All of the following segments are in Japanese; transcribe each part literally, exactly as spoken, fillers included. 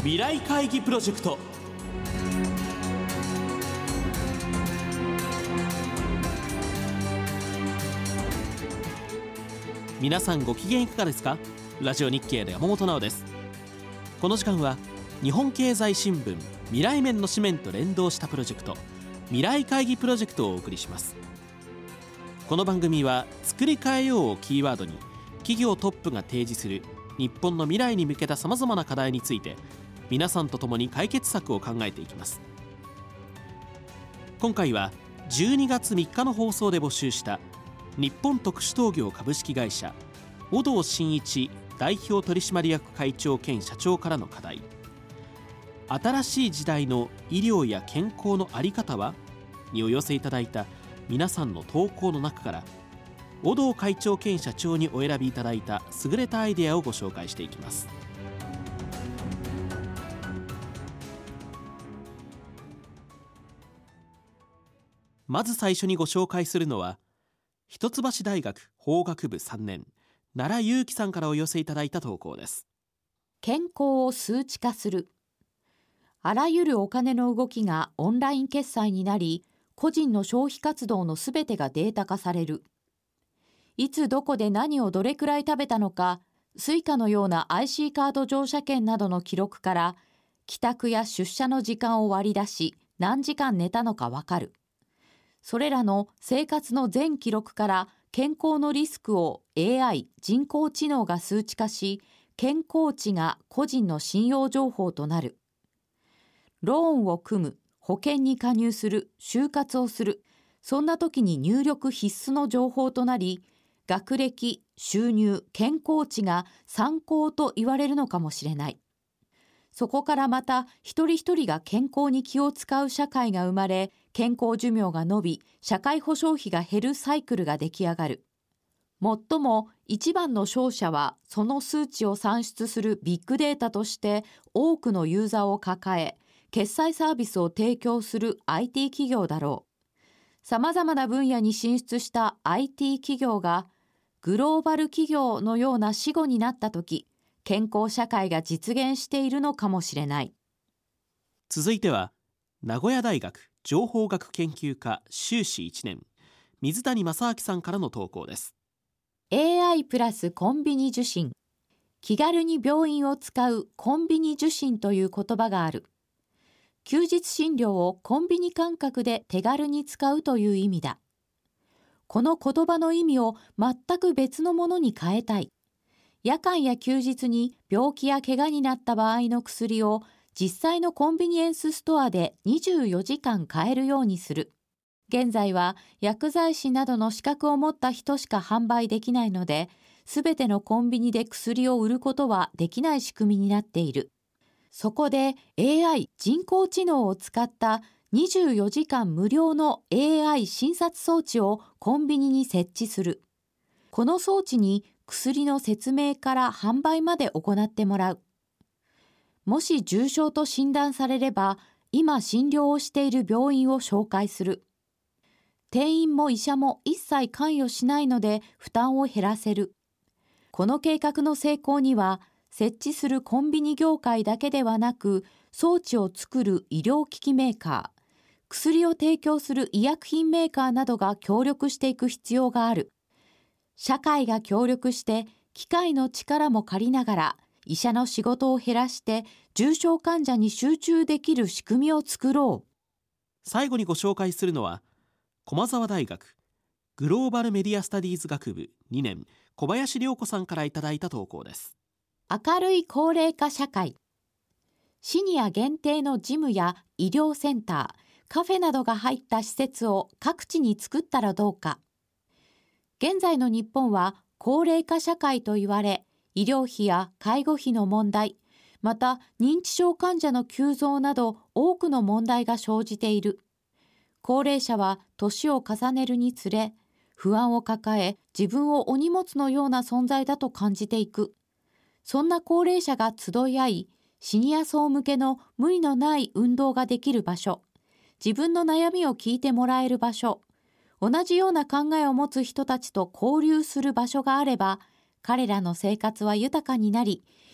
未来会議プロジェクト。皆さんご機嫌いかがですか？ラジオ日経の山本直です。この時間は日本経済新聞未来面の紙面と連動したプロジェクト、未来会議プロジェクトをお送りします。この番組は作り変えようをキーワードに、企業トップが提示する日本の未来に向けたさまざまな課題について、皆さんと共に解決策を考えていきます。今回はじゅうにがつみっかの放送で募集した日本特殊陶業株式会社小堂真一代表取締役会長兼社長からの課題、新しい時代の医療や健康の在り方はにお寄せいただいた皆さんの投稿の中から、小堂会長兼社長にお選びいただいた優れたアイデアをご紹介していきます。まず最初にご紹介するのは、一橋大学法学部さんねん奈良祐樹さんからお寄せいただいた投稿です。 健康を数値化する。あらゆるお金の動きがオンライン決済になり、個人の消費活動のすべてがデータ化される。いつどこで何をどれくらい食べたのか、スイカのような アイシー カード乗車券などの記録から、帰宅や出社の時間を割り出し、何時間寝たのかわかる。それらの生活の全記録から健康のリスクを エーアイ 人工知能が数値化し、健康値が個人の信用情報となる。ローンを組む、保険に加入する、就活をする、そんな時に入力必須の情報となり、学歴、収入、健康値が参考と言われるのかもしれない。そこからまた一人一人が健康に気を使う社会が生まれ、健康寿命が延び、社会保障費が減るサイクルが出来上がる。もっとも一番の勝者は、その数値を算出するビッグデータとして多くのユーザーを抱え、決済サービスを提供する アイティー 企業だろう。様々な分野に進出した アイティー 企業がグローバル企業のような死後になったとき、健康社会が実現しているのかもしれない。 続いては、名古屋大学情報学研究科修士いちねん、水谷正明さんからの投稿です。 エーアイ プラスコンビニ受診。気軽に病院を使うコンビニ受診という言葉がある。休日診療をコンビニ感覚で手軽に使うという意味だ。この言葉の意味を全く別のものに変えたい。夜間や休日に病気や怪我になった場合の薬を実際のコンビニエンスストアでにじゅうよじかん買えるようにする。現在は薬剤師などの資格を持った人しか販売できないので、すべてのコンビニで薬を売ることはできない仕組みになっている。そこで エーアイ 人工知能を使ったにじゅうよじかん無料の エーアイ 診察装置をコンビニに設置する。この装置に薬の説明から販売まで行ってもらう。もし重症と診断されれば、今診療をしている病院を紹介する。店員も医者も一切関与しないので負担を減らせる。この計画の成功には、設置するコンビニ業界だけではなく、装置を作る医療機器メーカー、薬を提供する医薬品メーカーなどが協力していく必要がある。社会が協力して機械の力も借りながら医者の仕事を減らして重症患者に集中できる仕組みを作ろう。 最後にご紹介するのは、駒澤大学グローバルメディアスタディーズ学部にねん小林涼子さんからいただいた投稿です。 明るい高齢化社会。シニア限定のジムや医療センター、カフェなどが入った施設を各地に作ったらどうか。現在の日本は高齢化社会と言われ、医療費や介護費の問題、また認知症患者の急増など多くの問題が生じている。高齢者は年を重ねるにつれ、不安を抱え、自分をお荷物のような存在だと感じていく。そんな高齢者が集い合い、シニア層向けの無理のない運動ができる場所、自分の悩みを聞いてもらえる場所、同じような考えを持つ人たちと交流する場所があれば、彼らの生活は豊かになり、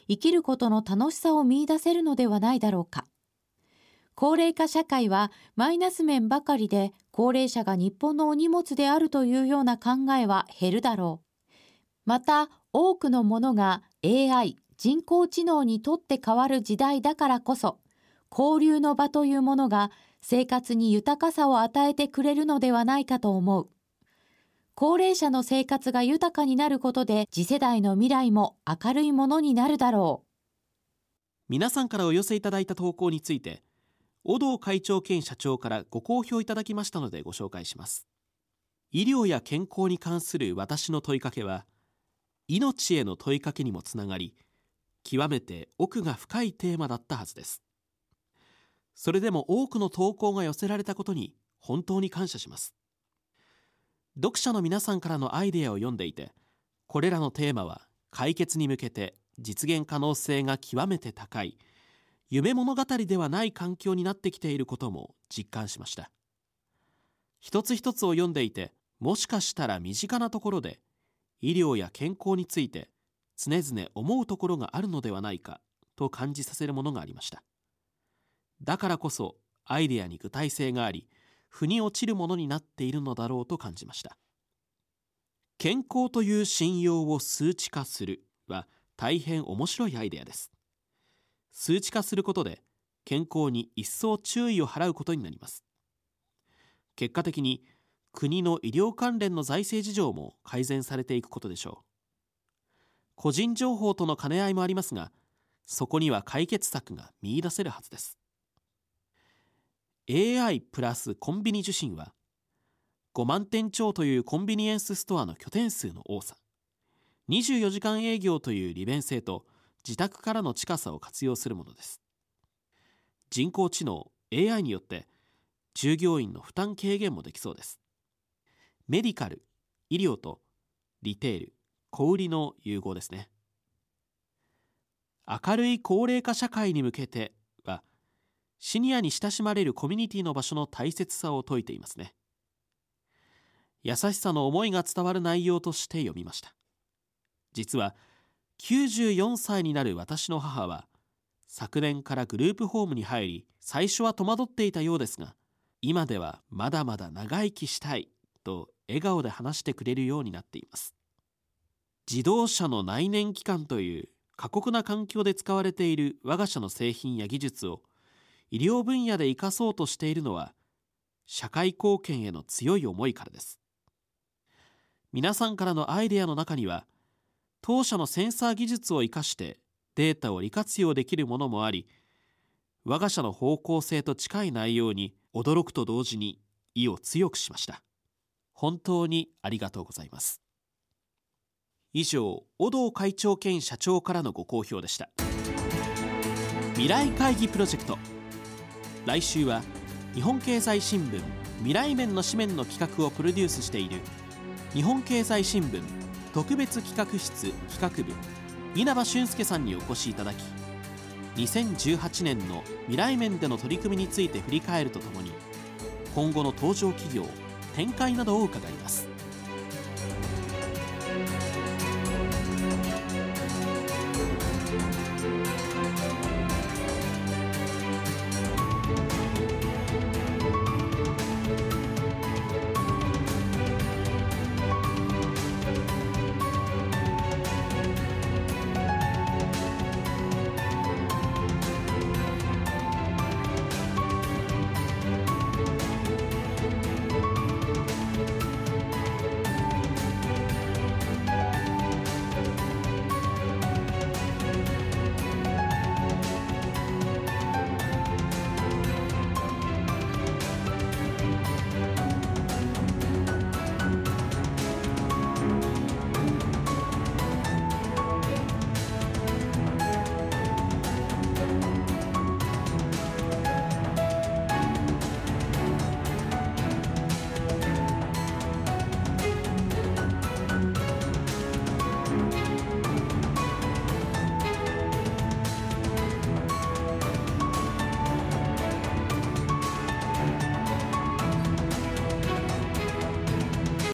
生きることの楽しさを見出せるのではないだろうか。高齢化社会はマイナス面ばかりで、高齢者が日本のお荷物であるというような考えは減るだろう。また、多くのものが エーアイ、人工知能にとって変わる時代だからこそ、交流の場というものが生活に豊かさを与えてくれるのではないかと思う。高齢者の生活が豊かになることで、次世代の未来も明るいものになるだろう。 皆さんからお寄せいただいた投稿について、小堂会長兼社長からご好評いただきましたのでご紹介します。医療や健康に関する私の問いかけは、命への問いかけにもつながり、極めて奥が深いテーマだったはずです。それでも多くの投稿が寄せられたことに本当に感謝します。読者の皆さんからのアイデアを読んでいて、これらのテーマは解決に向けて実現可能性が極めて高い、夢物語ではない環境になってきていることも実感しました。一つ一つを読んでいて、もしかしたら身近なところで医療や健康について常々思うところがあるのではないかと感じさせるものがありました。だからこそアイデアに具体性があり、腑に落ちるものになっているのだろうと感じました。健康という信用を数値化するは大変面白いアイデアです。数値化することで健康に一層注意を払うことになります。結果的に国の医療関連の財政事情も改善されていくことでしょう。個人情報との兼ね合いもありますが、そこには解決策が見出せるはずです。エーアイ プラスコンビニ受診は、ごまんてん超というコンビニエンスストアの拠点数の多さ、にじゅうよじかん営業という利便性と自宅からの近さを活用するものです。人工知能 エーアイ によって従業員の負担軽減もできそうです。メディカル、医療とリテール、小売りの融合ですね。明るい高齢化社会に向けては、シニアに親しまれるコミュニティの場所の大切さを説いていますね。優しさの思いが伝わる内容として読みました。実はきゅうじゅうよんさいになる私の母は、昨年からグループホームに入り、最初は戸惑っていたようですが、今ではまだまだ長生きしたいと笑顔で話してくれるようになっています。自動車の内燃機関という過酷な環境で使われている我が社の製品や技術を医療分野で生かそうとしているのは、社会貢献への強い思いからです。皆さんからのアイデアの中には、当社のセンサー技術を生かしてデータを利活用できるものもあり、我が社の方向性と近い内容に驚くと同時に意を強くしました。本当にありがとうございます。以上、小堂会長兼社長からのご好評でした。未来会議プロジェクト。来週は日本経済新聞未来面の紙面の企画をプロデュースしている日本経済新聞特別企画室企画部稲葉俊介さんにお越しいただき、にせんじゅうはちねんの未来面での取り組みについて振り返るとともに、今後の登場企業展開などを伺います。